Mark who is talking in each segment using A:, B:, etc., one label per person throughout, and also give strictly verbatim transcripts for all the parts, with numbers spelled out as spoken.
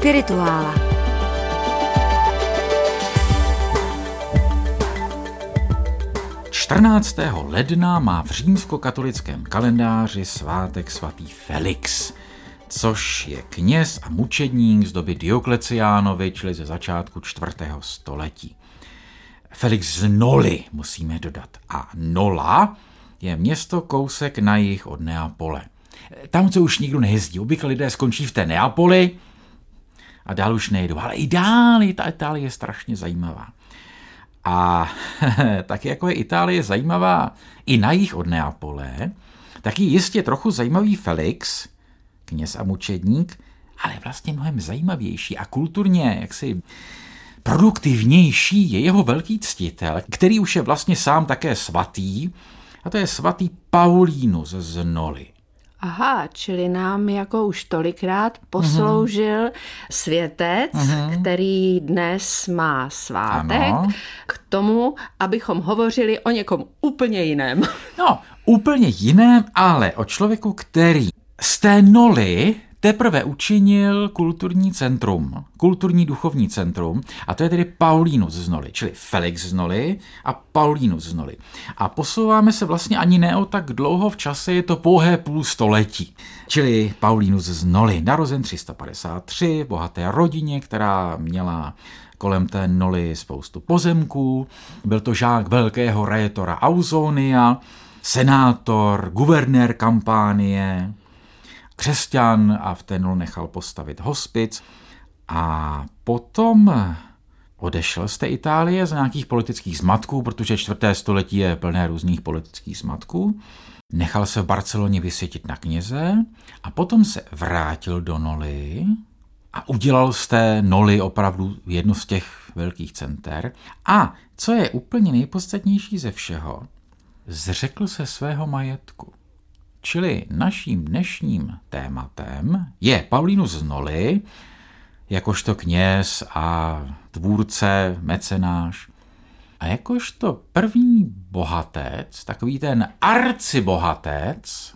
A: Spirituála.
B: čtrnáctého ledna má v římskokatolickém kalendáři svátek svatý Felix, což je kněz a mučedník z doby Diokleciánovy, čili ze začátku čtvrtého století. Felix z Noly, musíme dodat. A Nola je město kousek na jih od Neapole. Tam, co už nikdo nejezdí, obvykle lidé skončí v té Neapoli a dál už nejedou. Ale i dál, ta Itálie je strašně zajímavá. A tak jako je Itálie zajímavá i na jih od Neapole, tak je jistě trochu zajímavý Felix, kněz a mučedník, ale vlastně mnohem zajímavější a kulturně jaksi produktivnější je jeho velký ctitel, který už je vlastně sám také svatý, a to je svatý Paulínus z Noly.
C: Aha, čili nám jako už tolikrát posloužil mm-hmm. světec, mm-hmm. který dnes má svátek, ano. K tomu, abychom hovořili o někom úplně jiném.
B: No, úplně jiném, ale o člověku, který z té Noly teprve učinil kulturní centrum, kulturní duchovní centrum, a to je tedy Paulínus z Noly, čili Felix z Noly a Paulínus z Noly. A posouváme se vlastně ani ne o tak dlouho v čase, je to pouhé půl století. Čili Paulínus z Noly, narozen tři sta padesát tři, v bohaté rodině, která měla kolem té Noly spoustu pozemků, byl to žák velkého rétora Ausonia, senátor, guvernér Kampánie, křesťan a v té Nole nechal postavit hospic a potom odešel z té Itálie z nějakých politických zmatků, protože čtvrté století je plné různých politických zmatků. Nechal se v Barceloně vysvětit na kněze a potom se vrátil do Noly a udělal z té Noly opravdu jedno z těch velkých center. A co je úplně nejpodstatnější ze všeho, zřekl se svého majetku. Čili naším dnešním tématem je Paulínus z Noly, jakožto kněz a tvůrce, mecenáš a jakožto první bohatec, takový ten arcibohatec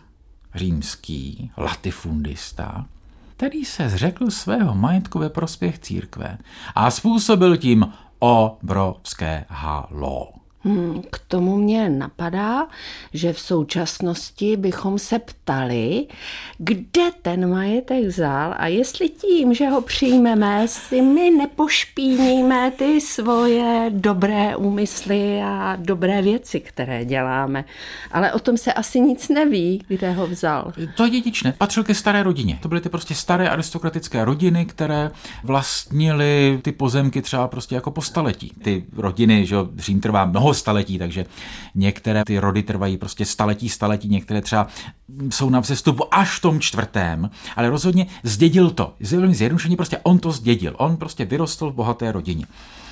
B: římský, latifundista, který se zřekl svého majetku ve prospěch církve a způsobil tím obrovské halo.
C: Hmm, k tomu mě napadá, že v současnosti bychom se ptali, kde ten majetek vzal a jestli tím, že ho přijmeme, si my nepošpíníme ty svoje dobré úmysly a dobré věci, které děláme. Ale o tom se asi nic neví, kde ho vzal.
B: To je dědičné. Patřil ke staré rodině. To byly ty prostě staré aristokratické rodiny, které vlastnily ty pozemky třeba prostě jako po staletí. Ty rodiny, že Řím trvá mnoho staletí, takže některé ty rody trvají prostě staletí, staletí, některé třeba jsou na vzestupu až v tom čtvrtém, ale rozhodně zdědil to. Zjednodušeně prostě on to zdědil. On prostě vyrostl v bohaté rodině.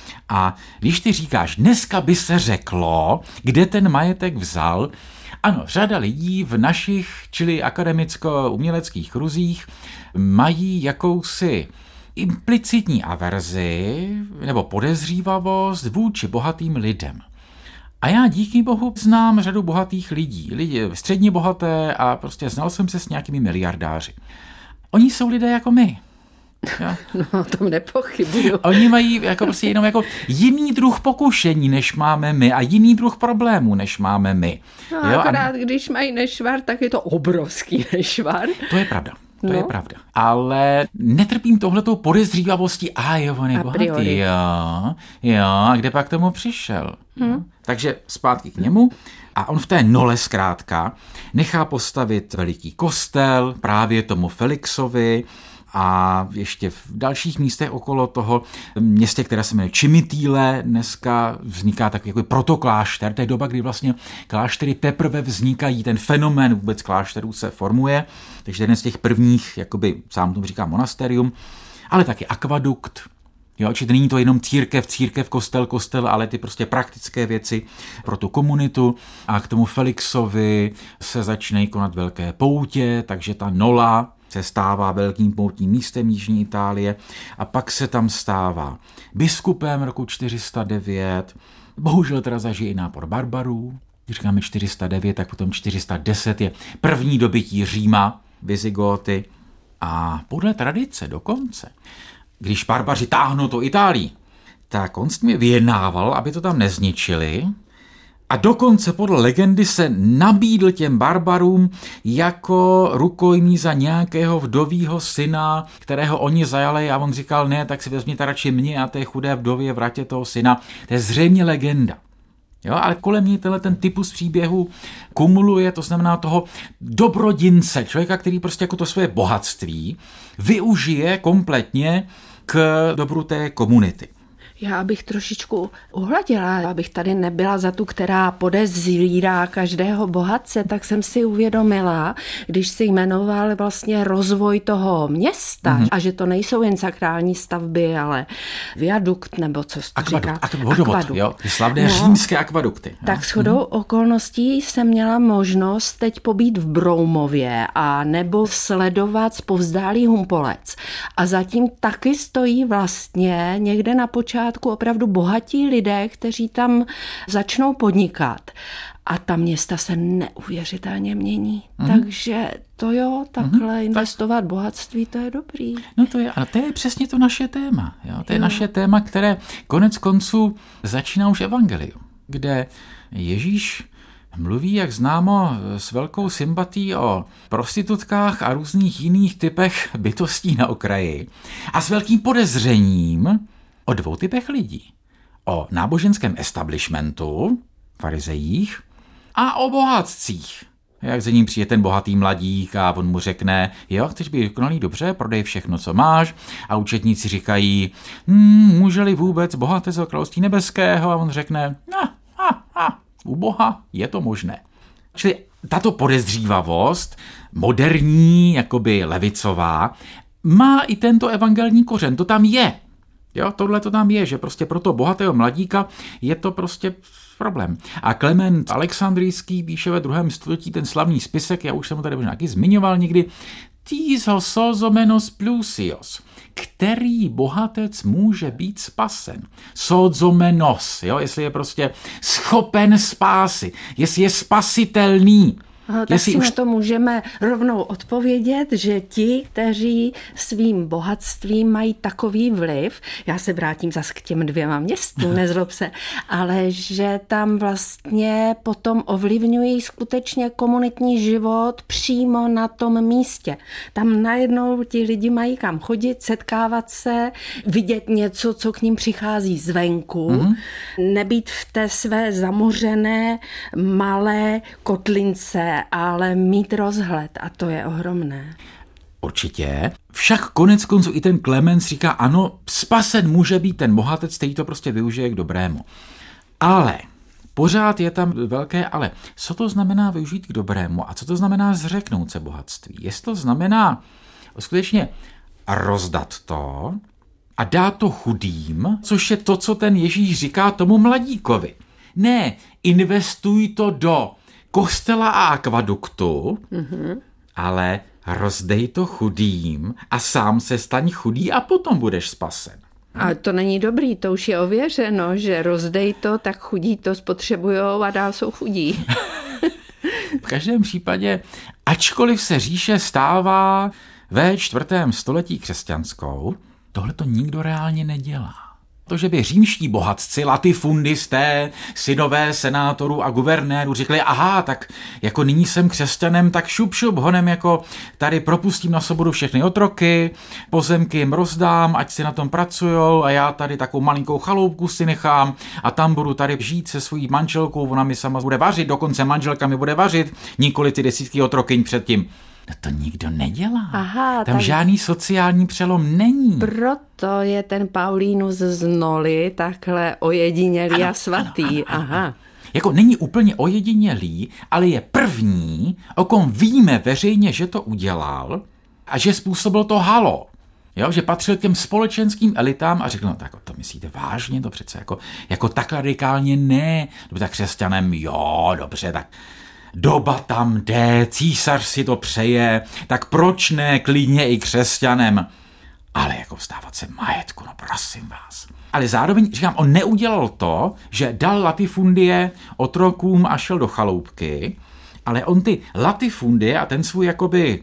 B: A když ty říkáš, dneska by se řeklo, kde ten majetek vzal, ano, řada lidí v našich, čili akademicko-uměleckých kruzích, mají jakousi implicitní averzi nebo podezřívavost vůči bohatým lidem. A já díky bohu znám řadu bohatých lidí, lidi středně bohaté a prostě znal jsem se s nějakými miliardáři. Oni jsou lidé jako my.
C: Ja? No, o tom nepochybuju.
B: Oni mají jako prostě jenom jako jiný druh pokušení, než máme my a jiný druh problémů, než máme my.
C: No, jo? Akorát, a... když mají nešvar, tak je to obrovský nešvar.
B: To je pravda. To no. je pravda. Ale netrpím tohletou podezřívavostí. A jo, on je bohatý. Jo, jo, a kde pak tomu přišel? Hmm. Takže zpátky k němu. A on v té Nole zkrátka nechá postavit veliký kostel právě tomu Felixovi a ještě v dalších místech okolo toho městě, které se jmenuje Cimitile, dneska vzniká takový jako protoklášter. To je doba, kdy vlastně kláštery teprve vznikají, ten fenomén vůbec klášterů se formuje, takže jeden z těch prvních, jakoby sám tomu říká monasterium, ale taky akvadukt. Jo, či není to jenom církev, církev, kostel, kostel, ale ty prostě praktické věci pro tu komunitu. A k tomu Felixovi se začínají konat velké poutě, takže ta Nola se stává velkým poutním místem jižní Itálie a pak se tam stává biskupem roku čtyři sta devět. Bohužel teda zažije i nápor barbarů. Když říkáme čtyři sta devět, tak potom čtyři sta deset je první dobytí Říma, Visigoty. A podle tradice dokonce když barbaři táhnou to Itálii, tak on s nimi vyjednával, aby to tam nezničili. A dokonce podle legendy se nabídl těm barbarům jako rukojmí za nějakého vdovýho syna, kterého oni zajali a on říkal, ne, tak si vezměte radši mě a té chudé vdově vrátě toho syna. To je zřejmě legenda. Jo, ale kolem ní tenhle ten typus příběhu kumuluje, to znamená toho dobrodince, člověka, který prostě jako to svoje bohatství využije kompletně k dobru té komunity.
C: Já bych trošičku uhladila, abych tady nebyla za tu, která podezírá každého bohatce, tak jsem si uvědomila, když si jmenoval vlastně rozvoj toho města, mm-hmm. a že to nejsou jen sakrální stavby, ale viadukt, nebo co jsi to říká?
B: Akvaduk, jo, ty slavné no, římské akvadukty. Jo.
C: Tak shodou mm-hmm. okolností jsem měla možnost teď pobít v Broumově a nebo sledovat zpovzdálý Humpolec. A zatím taky stojí vlastně někde na počátku opravdu bohatí lidé, kteří tam začnou podnikat. A ta města se neuvěřitelně mění. Mm. Takže to jo, takhle mm. investovat tak. bohatství, to je dobrý.
B: No to je, ale to je přesně to naše téma. Jo? To je jo. naše téma, které konec konců začíná už evangelium, kde Ježíš mluví, jak známo, s velkou sympatií o prostitutkách a různých jiných typech bytostí na okraji a s velkým podezřením o dvou typech lidí. O náboženském establishmentu, farizejích, a o bohatcích. Jak za ním přijde ten bohatý mladík a on mu řekne, jo, chceš být dokonalý, dobře, prodej všechno, co máš. A účetníci říkají, hm, může-li vůbec bohatec z království nebeského? A on řekne, no, a, a, u Boha je to možné. Čili tato podezřívavost, moderní, jakoby levicová, má i tento evangelní kořen, to tam je. Jo, tohle to tam je, že prostě pro toho bohatého mladíka je to prostě problém. A Klement Alexandrijský píše ve druhém století ten slavný spisek, já už jsem ho tady možná taky zmiňoval někdy, Tízos sozomenos plusios, který bohatec může být spasen. Sozomenos, jo, jestli je prostě schopen spásy, jestli je spasitelný.
C: Aha, tak si už... na to můžeme rovnou odpovědět, že ti, kteří svým bohatstvím mají takový vliv, já se vrátím zase k těm dvěma městům, nezlob se, ale že tam vlastně potom ovlivňují skutečně komunitní život přímo na tom místě. Tam najednou ti lidi mají kam chodit, setkávat se, vidět něco, co k ním přichází zvenku, mm-hmm. nebýt v té své zamořené malé kotlince, ale mít rozhled a to je ohromné.
B: Určitě. Však konec konců i ten Klemens říká, ano, spasen může být ten bohatec, který to prostě využije k dobrému. Ale pořád je tam velké ale. Co to znamená využít k dobrému a co to znamená zřeknout se bohatství? Jestli to znamená skutečně rozdat to a dát to chudým, což je to, co ten Ježíš říká tomu mladíkovi. Ne, investuj to do kostela a akvaduktu, mm-hmm. ale rozdej to chudým a sám se staň chudý a potom budeš spasen.
C: A to není dobrý, to už je ověřeno, že rozdej to, tak chudí to spotřebujou a dál jsou chudí.
B: V každém případě, ačkoliv se říše stává ve čtvrtém století křesťanskou, tohle to nikdo reálně nedělá. To, že by římští bohatci, latifundisté, synové senátorů a guvernérů řekli, aha, tak jako nyní jsem křesťanem, tak šup, šup, honem jako tady propustím na svobodu všechny otroky, pozemky jim rozdám, ať si na tom pracujou a já tady takovou malinkou chaloupku si nechám a tam budu tady žít se svojí manželkou, ona mi sama bude vařit, dokonce manželka mi bude vařit, nikoli ty desítky otrokyň předtím. No to nikdo nedělá. Aha, tam tak... žádný sociální přelom není.
C: Proto je ten Paulínus z Noli takhle ojedinělý ano, a svatý. Ano, ano, Aha. Ano.
B: Jako není úplně ojedinělý, ale je první, o kom víme veřejně, že to udělal a že způsobil to halo. Jo, že patřil k těm společenským elitám a řekl, no tak to myslíte vážně, to přece jako, jako tak radikálně ne. Dobře, tak křesťanem, jo, dobře, tak doba tam jde, císař si to přeje, tak proč ne klidně i křesťanem? Ale jako vstávat se majetku, no prosím vás. Ale zároveň, říkám, on neudělal to, že dal latifundie otrokům a šel do chaloupky, ale on ty latifundie a ten svůj jakoby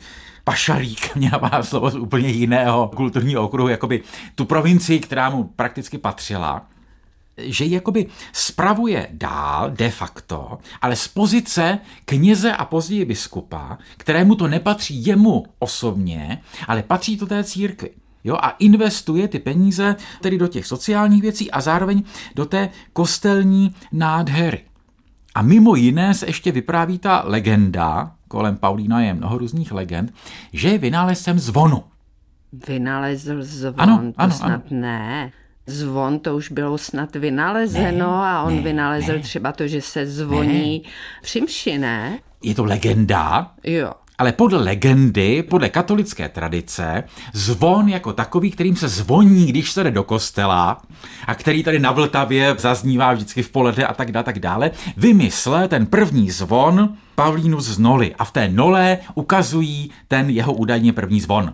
B: pašalík, mě napadá slovo z úplně jiného kulturního okruhu, jakoby tu provincii, která mu prakticky patřila, že ji jakoby spravuje dál de facto, ale z pozice kněze a později biskupa, kterému to nepatří jemu osobně, ale patří to té církvi. Jo, a investuje ty peníze tedy do těch sociálních věcí a zároveň do té kostelní nádhery. A mimo jiné se ještě vypráví ta legenda, kolem Paulína je mnoho různých legend, že je vynálezcem zvonu.
C: Vynalezl zvon,
B: ano,
C: to
B: ano,
C: snad
B: ano.
C: ne. Zvon to už bylo snad vynalezeno
B: ne,
C: a on
B: ne,
C: vynalezl
B: ne.
C: třeba to, že se zvoní ne. při mši, ne?
B: Je to legenda,
C: Jo.
B: ale podle legendy, podle katolické tradice, zvon jako takový, kterým se zvoní, když se jde do kostela a který tady na Vltavě zaznívá vždycky v poledne a tak dále, tak dále, vymysle ten první zvon Paulínus z Noly a v té Nole ukazují ten jeho údajně první zvon.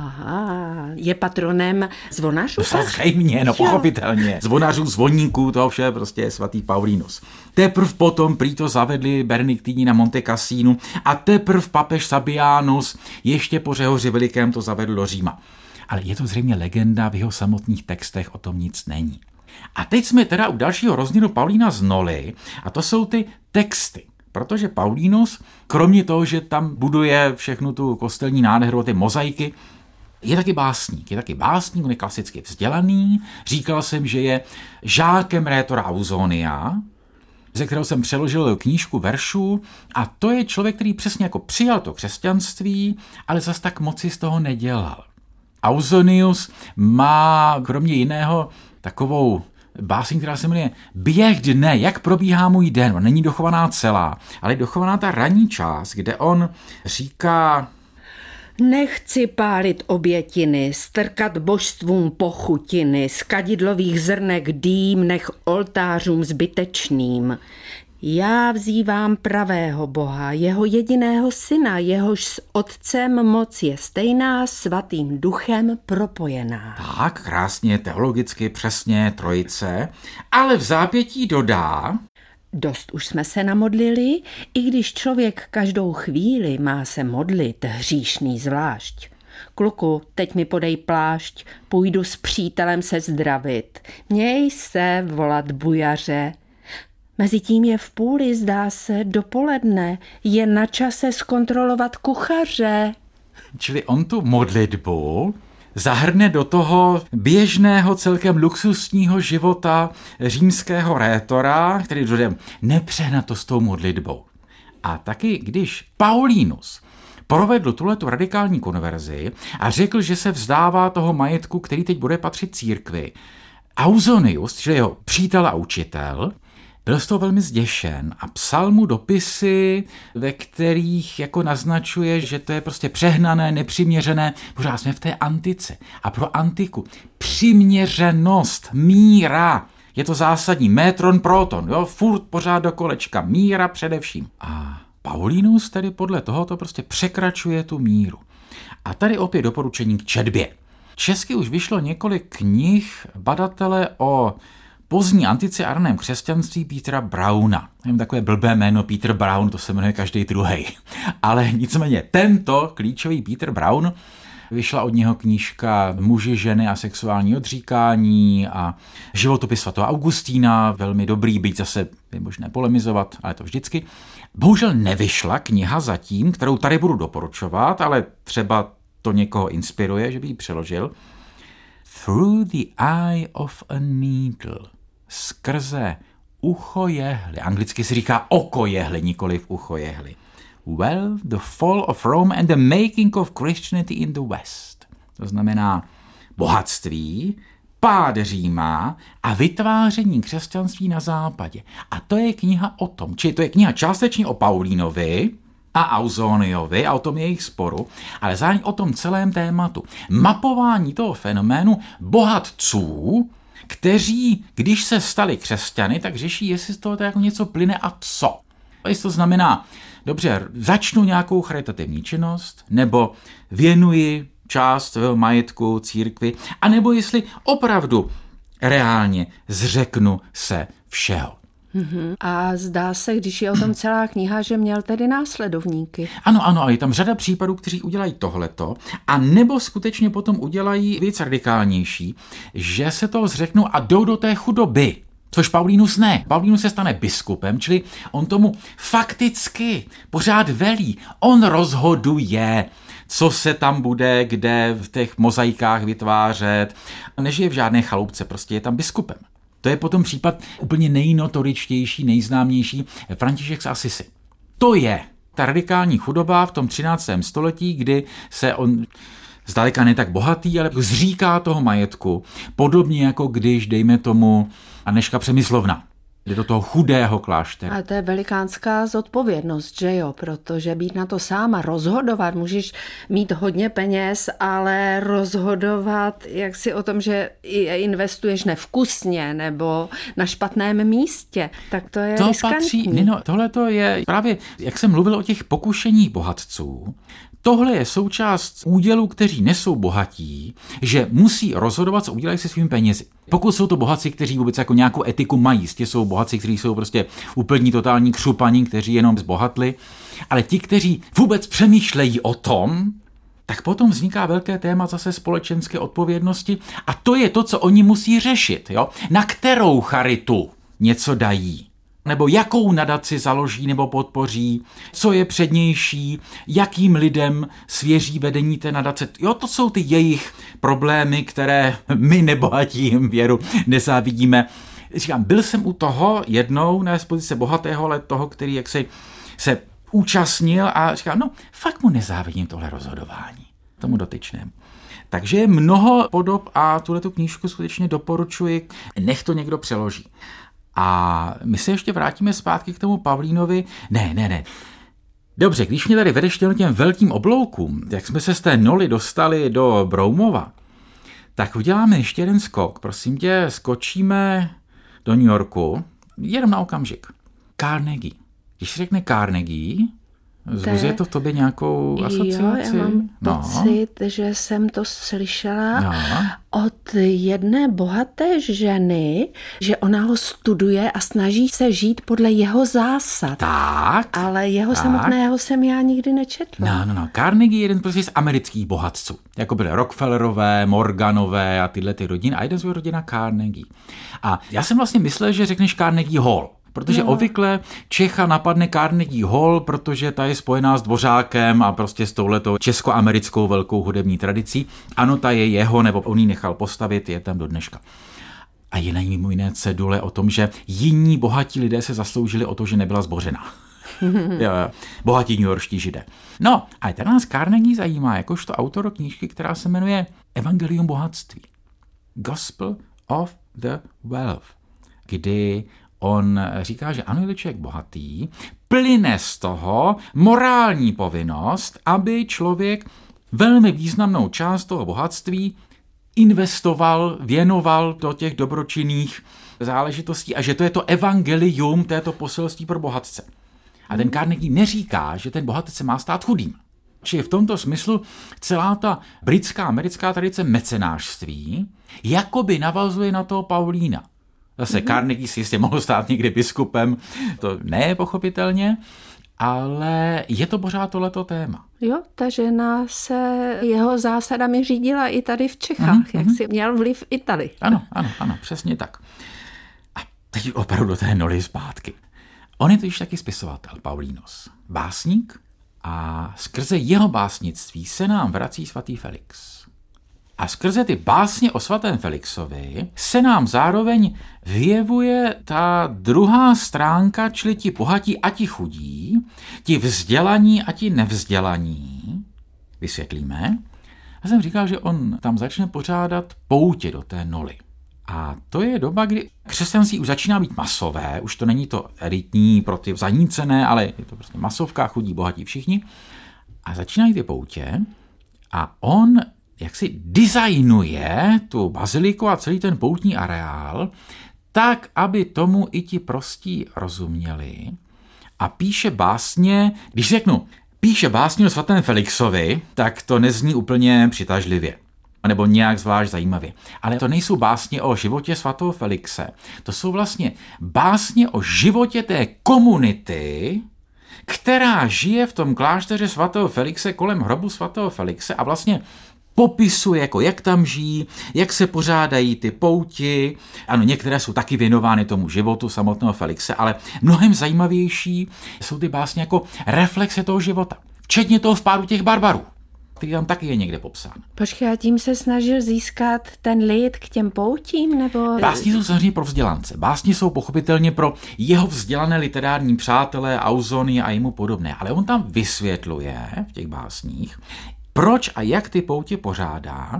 C: Aha, je patronem zvonařů?
B: Samozřejmě, no pochopitelně. Zvonařů, zvoníků, toho vše prostě je svatý Paulínus. Teprv potom prý to zavedli benediktíni na Monte Cassinu a teprv papež Sabianus ještě po Řehoři Velikém to zavedl do Říma. Ale je to zřejmě legenda, v jeho samotných textech o tom nic není. A teď jsme teda u dalšího rozdílu Paulína z Noly a to jsou ty texty. Protože Paulínus, kromě toho, že tam buduje všechnu tu kostelní nádheru, ty mozaiky, je taky básník, je taky básník, on je klasicky vzdělaný. Říkal jsem, že je žákem rétora Ausonia, ze kterého jsem přeložil knížku veršů a to je člověk, který přesně jako přijal to křesťanství, ale zas tak moci z toho nedělal. Ausonius má kromě jiného takovou básní, která se jmenuje Běh dne, jak probíhá můj den. On není dochovaná celá, ale je dochovaná ta ranní část, kde on říká:
C: Nechci pálit obětiny, strkat božstvům pochutiny, z kadidlových zrnek dým nech oltářům zbytečným. Já vzývám pravého Boha, jeho jediného syna, jehož s otcem moc je stejná, svatým duchem propojená.
B: Tak, krásně, teologicky, přesně, trojice, ale v zápětí dodá:
C: Dost už jsme se namodlili, i když člověk každou chvíli má se modlit, hříšný zvlášť. Kluku, teď mi podej plášť, půjdu s přítelem se zdravit. Měj se volat bujaře. Mezitím je v půli, zdá se, dopoledne, je na čase zkontrolovat kuchaře.
B: Čili on tu modlitbu zahrne do toho běžného celkem luxusního života římského rétora, který dojde nepřehnat to s tou modlitbou. A taky, když Paulínus provedl tuhletu radikální konverzi a řekl, že se vzdává toho majetku, který teď bude patřit církvi, Ausonius, čili jeho přítel a učitel, byl z toho velmi zděšen a psal mu dopisy, ve kterých jako naznačuje, že to je prostě přehnané, nepřiměřené. Pořád jsme v té antice. A pro antiku přiměřenost, míra, je to zásadní. Metron, proton, jo, furt pořád do kolečka, míra především. A Paulínus tedy podle toho to prostě překračuje tu míru. A tady opět doporučení k četbě. Česky už vyšlo několik knih badatele o pozdní antice a raném křesťanství Petera Brauna. Nevím, takové blbé jméno Peter Brown, to se jmenuje každý druhej. Ale nicméně tento klíčový Peter Brown, vyšla od něho knížka Muži, ženy a sexuální odříkání a životopis svatého Augustína, velmi dobrý, byť zase je možné polemizovat, ale to vždycky. Bohužel nevyšla kniha zatím, kterou tady budu doporučovat, ale třeba to někoho inspiruje, že by ji přeložil. Through the eye of a needle. Skrze ucho jehly. Anglicky se říká oko jehly, nikoliv ucho jehly. Well, the fall of Rome and the making of Christianity in the West. To znamená bohatství, pád Říma a vytváření křesťanství na západě. A to je kniha o tom. Čili to je kniha částečně o Paulínovi a Ausoniovi a o tom jejich sporu, ale zároveň o tom celém tématu. Mapování toho fenoménu bohatců, kteří, když se stali křesťany, tak řeší, jestli z toho to jako něco plyne a co. Jestli to znamená, dobře, začnu nějakou charitativní činnost, nebo věnuji část svého majetku církvi, anebo jestli opravdu reálně zřeknu se všeho.
C: Mm-hmm. A zdá se, když je o tom celá kniha, že měl tedy následovníky.
B: Ano, ano, ale je tam řada případů, kteří udělají tohleto, a nebo skutečně potom udělají věc radikálnější, že se toho zřeknou a jdou do té chudoby. Což Paulínus ne. Paulínus se stane biskupem, čili on tomu fakticky pořád velí. On rozhoduje, co se tam bude, kde v těch mozaikách vytvářet. Nežije v žádné chaloupce, prostě je tam biskupem. To je potom případ úplně nejnotoričtější, nejznámější, František z Assisi. To je ta radikální chudoba v tom třináctém století, kdy se on zdaleka ne tak bohatý, ale zříká toho majetku, podobně jako když, dejme tomu, Anežka Přemyslovna jde do toho chudého kláštera.
C: A to je velikánská zodpovědnost, že jo, protože být na to sáma, rozhodovat, můžeš mít hodně peněz, ale rozhodovat, jak si o tom, že investuješ nevkusně nebo na špatném místě, tak to je
B: to
C: riskantní.
B: Patří, Nino, tohle to je právě, jak jsem mluvil o těch pokušeních bohatců, tohle je součást údělů, kteří nesou bohatí, že musí rozhodovat, co udělají se svými penězi. Pokud jsou to bohatci, kteří vůbec jako nějakou etiku mají, jistě jsou bohatci, kteří jsou prostě úplní totální křupaní, kteří jenom zbohatli, ale ti, kteří vůbec přemýšlejí o tom, tak potom vzniká velké téma zase společenské odpovědnosti a to je to, co oni musí řešit, jo? Na kterou charitu něco dají. Nebo jakou nadaci založí nebo podpoří, co je přednější, jakým lidem svěří vedení té nadace. Jo, to jsou ty jejich problémy, které my nebohatím věru nezávidíme. Říkám, byl jsem u toho jednou, ne z pozice bohatého, ale toho, který jak se, se účastnil a říkám, no fakt mu nezávidím tohle rozhodování, tomu dotyčnému. Takže je mnoho podob a tuhletu knížku skutečně doporučuji, nech to někdo přeloží. A my se ještě vrátíme zpátky k tomu Pavlínovi. Ne, ne, ne. Dobře, když mě tady vedeš těm velkým obloukům, jak jsme se z té Noly dostali do Broumova, tak uděláme ještě jeden skok. Prosím tě, skočíme do New Yorku, jenom na okamžik. Carnegie. Když se řekne Carnegie, zbuzuje to v tobě nějakou asociaci?
C: Jo, já mám
B: no.
C: pocit, že jsem to slyšela
B: no.
C: od jedné bohaté ženy, že ona ho studuje a snaží se žít podle jeho zásad.
B: Tak.
C: Ale jeho
B: tak.
C: samotného jsem já nikdy nečetla.
B: No, no, no. Carnegie je jeden prostě z amerických bohatců. Jako byly Rockefellerové, Morganové a tyhle ty rodiny. A jeden z rodina Carnegie. A já jsem vlastně myslel, že řekneš Carnegie Hall. Protože no. obvykle Čecha napadne Carnegie Hall, protože ta je spojená s Dvořákem a prostě s touhletou českoamerickou velkou hudební tradicí. Ano, ta je jeho, nebo on ji nechal postavit, je tam do dneška. A je na ní mimo jiné cedule o tom, že jiní bohatí lidé se zasloužili o to, že nebyla zbořena. jo, jo. Bohatí newyorští židé. No, a tady nás Carnegie zajímá, jakožto autor knížky, která se jmenuje Evangelium bohatství. Gospel of the Wealth, kdy on říká, že ano, je člověk bohatý, plyne z toho morální povinnost, aby člověk velmi významnou část toho bohatství investoval, věnoval do těch dobročinných záležitostí a že to je to evangelium, to je to poselství pro bohatce. A ten Carnegie neříká, že ten bohatec se má stát chudým. Čili v tomto smyslu celá ta britská, americká tradice mecenášství jakoby navazuje na toho Paulína. Zase mm-hmm. Carnegie si jistě mohl stát někdy biskupem, to ne pochopitelně, ale je to pořád tohleto téma.
C: Jo, ta žena se jeho zásadami řídila i tady v Čechách, mm-hmm. jak si měl vliv i tady.
B: Ano, ano, ano, přesně tak. A teď opravdu do té Noly zpátky. On je totiž taky spisovatel, Paulínus, básník a skrze jeho básnictví se nám vrací svatý Felix. A skrze ty básně o svatém Felixovi se nám zároveň vyjevuje ta druhá stránka, čili ti bohatí a ti chudí, ti vzdělaní a ti nevzdělaní. Vysvětlíme. Já jsem říkal, že on tam začne pořádat poutě do té Noly. A to je doba, kdy křesťanství už začíná být masové, už to není to elitní pro ty zanícené, ale je to prostě masovka, chudí, bohatí všichni. A začínají ty poutě a on jak si designuje tu baziliku a celý ten poutní areál tak, aby tomu i ti prostí rozuměli a píše básně, když řeknu, píše básně o svatém Felixovi, tak to nezní úplně přitažlivě. nebo nějak zvlášť zajímavě. Ale to nejsou básně o životě svatého Felixe. To jsou vlastně básně o životě té komunity, která žije v tom klášteře svatého Felixe kolem hrobu svatého Felixe a vlastně popisuje, jako jak tam žijí, jak se pořádají ty pouti. Ano, některé jsou taky věnovány tomu životu samotného Felixe, ale mnohem zajímavější jsou ty básně jako reflexe toho života. Včetně toho vpádu těch barbarů, který tam taky je někde popsán.
C: Počkej, a tím se snažil získat ten lid k těm poutím, nebo...
B: Básni jsou samozřejmě pro vzdělance. Básni jsou pochopitelně pro jeho vzdělané literární přátelé, Ausony a jemu podobné. Ale on tam vysvětluje v těch básních, proč a jak ty poutě pořádá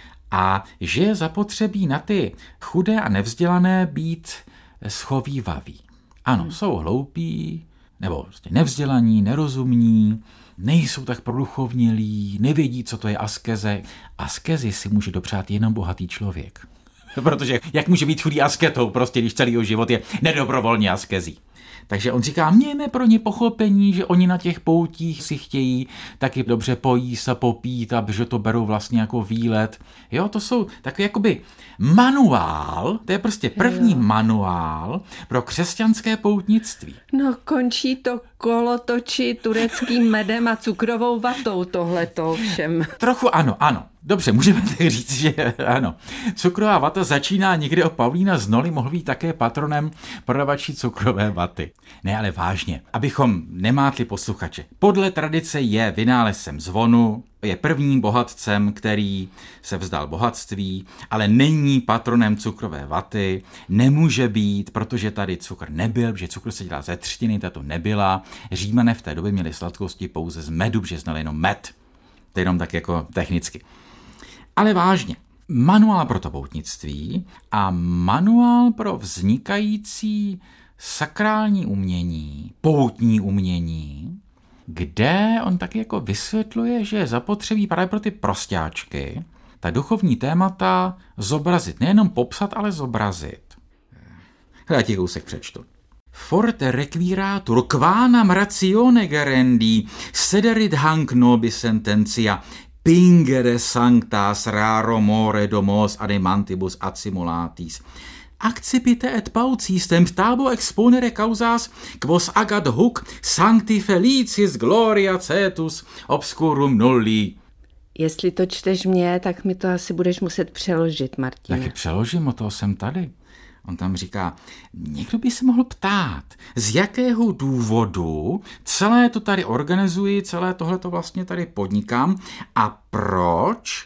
B: a že je zapotřebí na ty chudé a nevzdělané být schovívavý. Ano, hmm. jsou hloupí, nebo prostě nevzdělaní, nerozumní, nejsou tak produchovnělí, nevědí, co to je askeze. Askezi si může dopřát jenom bohatý člověk. Protože jak může být chudý asketou, prostě když celý jeho život je nedobrovolně askezí. Takže on říká, mějme pro ně pochopení, že oni na těch poutích si chtějí taky dobře pojíst a popít a že to berou vlastně jako výlet. Jo, to jsou takový jakoby manuál, to je prostě první jo. manuál pro křesťanské poutnictví.
C: No končí to kolotoči tureckým medem a cukrovou vatou tohleto všem.
B: Trochu ano, ano. Dobře, můžeme tak říct, že ano. Cukrová vata začíná někde o Paulína z Noli, mohl být také patronem prodavačí cukrové vaty. Ne, ale vážně, abychom nemátli posluchače. Podle tradice je vynálezcem zvonu, je prvním bohatcem, který se vzdal bohatství, ale není patronem cukrové vaty, nemůže být, protože tady cukr nebyl, že cukr se dělá ze třtiny, tato nebyla. Římané v té době měli sladkosti pouze z medu, protože znali jenom med. To je jenom tak jako technicky. Ale vážně, manuál pro to poutnictví a manuál pro vznikající sakrální umění, poutní umění, kde on taky jako vysvětluje, že je zapotřebí právě pro ty prostáčky ta duchovní témata zobrazit, nejenom popsat, ale zobrazit. Já ti kousek přečtu. Forte requiratur quanam ratione gerendi sederit hanc nobis sententia pingere sanctas raro more domos ademantibus accumulatis. Accipite et paucis temptabo exponere causas quos agat huc sancti felicis gloria cetus obscurum nulli.
C: Jestli to čteš mě, tak mi to asi budeš muset přeložit, Martine.
B: Taky přeložím, o toho jsem tady. On tam říká, někdo by se mohl ptát, z jakého důvodu celé to tady organizuji, celé tohle to vlastně tady podnikám a proč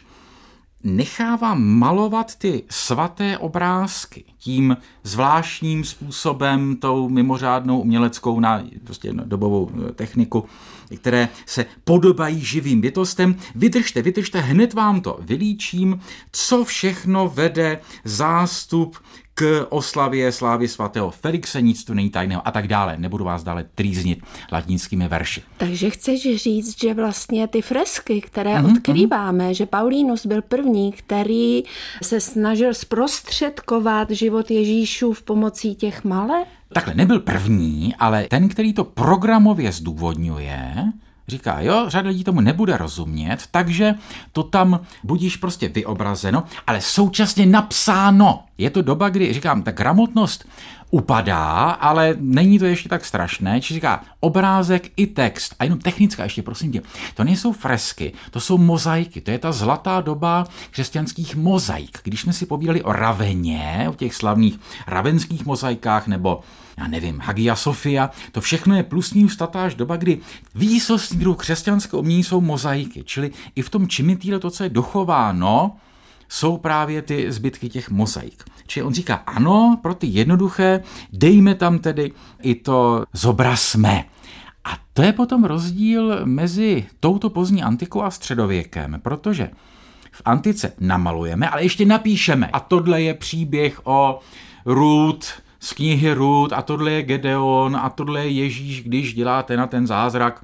B: nechávám malovat ty svaté obrázky tím zvláštním způsobem, tou mimořádnou uměleckou na, prostě dobovou techniku, které se podobají živým bytostem. Vydržte, vydržte, hned vám to vylíčím, co všechno vede zástup k oslavě slávy svatého Felixe, nic tu není tajného a tak dále. Nebudu vás dále trýznit latinskými verši.
C: Takže chceš říct, že vlastně ty fresky, které mm-hmm, odkrýváme, mm-hmm. že Paulínus byl první, který se snažil zprostředkovat život Ježíšův pomocí těch maleb?
B: Takhle, nebyl první, ale ten, který to programově zdůvodňuje, říká, jo, řada lidí tomu nebude rozumět, takže to tam budíš prostě vyobrazeno, ale současně napsáno. Je to doba, kdy, říkám, ta gramotnost upadá, ale není to ještě tak strašné, či říká obrázek i text. A jenom technická ještě, prosím tě, to nejsou fresky, to jsou mozaiky, to je ta zlatá doba křesťanských mozaik. Když jsme si povídali o Raveně, o těch slavných ravenských mozaikách, nebo já nevím, Hagia Sophia, to všechno je plus minus tatáž doba, kdy výsostný druh křesťanského umění jsou mozaiky, čili i v tom čimitýle to, co je dochováno, jsou právě ty zbytky těch mozaik. Čili on říká, ano, pro ty jednoduché, dejme tam tedy i to zobrazme. A to je potom rozdíl mezi touto pozdní antikou a středověkem, protože v antice namalujeme, ale ještě napíšeme. A tohle je příběh o Ruth z knihy Ruth a tohle je Gedeon a tohle je Ježíš, když děláte na ten zázrak.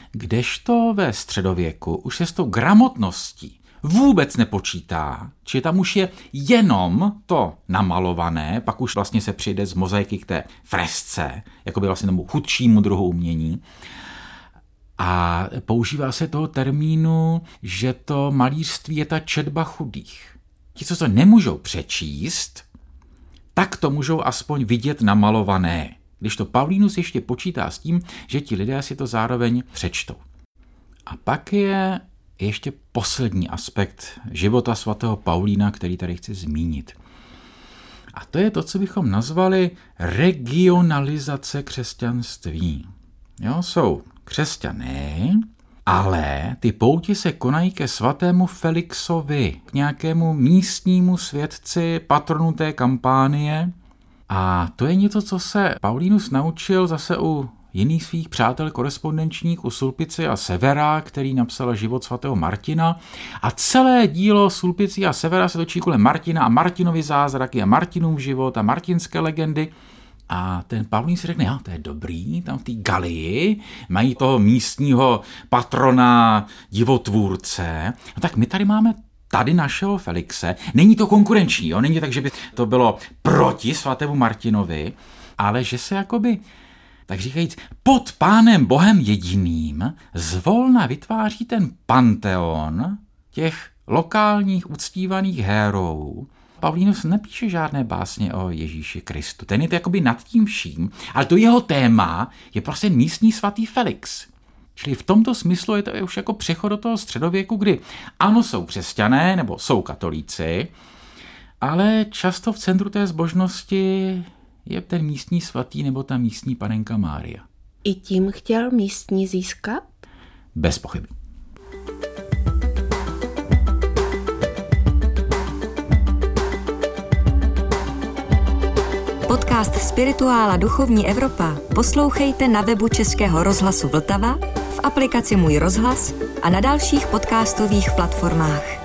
B: Kdežto ve středověku už se s tou gramotností vůbec nepočítá, či tam už je jenom to namalované, pak už vlastně se přijde z mozaiky k té fresce, jako by vlastně tomu chudšímu druhu umění. A používá se toho termínu, že to malířství je ta četba chudých. Ti, co to nemůžou přečíst, tak to můžou aspoň vidět namalované. Když to Paulínus ještě počítá s tím, že ti lidé si to zároveň přečtou. A pak je ještě poslední aspekt života svatého Paulína, který tady chci zmínit. A to je to, co bychom nazvali regionalizace křesťanství. Jo, jsou křesťané, ale ty pouti se konají ke svatému Felixovi, k nějakému místnímu světci, patronu té kampánie. A to je něco, co se Paulínus naučil zase u jiných svých přátel korespondenčních, u Sulpici a Severa, který napsal Život svatého Martina. A celé dílo Sulpici a Severa se točí kolem Martina a Martinovy zázraky a Martinův život a martinské legendy. A ten Paulín si řekne, já, to je dobrý, tam v té Galii mají toho místního patrona, divotvůrce. No tak my tady máme tady našeho Felixe. Není to konkurenční, jo? Není tak, že by to bylo proti svatému Martinovi, ale že se jakoby, tak říkajíc, pod pánem Bohem jediným zvolna vytváří ten panteon těch lokálních uctívaných héroů. Paulínus nepíše žádné básně o Ježíši Kristu. Ten je to jakoby nad tím vším, ale to jeho téma je prostě místní svatý Felix. Čili v tomto smyslu je to už jako přechod do toho středověku, kdy ano, jsou křesťané nebo jsou katolíci, ale často v centru té zbožnosti je ten místní svatý nebo ta místní panenka Mária.
C: I tím chtěl místní získat?
B: Bez pochyby.
A: Podcast Spirituála Duchovní Evropa poslouchejte na webu Českého rozhlasu Vltava, v aplikaci Můj rozhlas a na dalších podcastových platformách.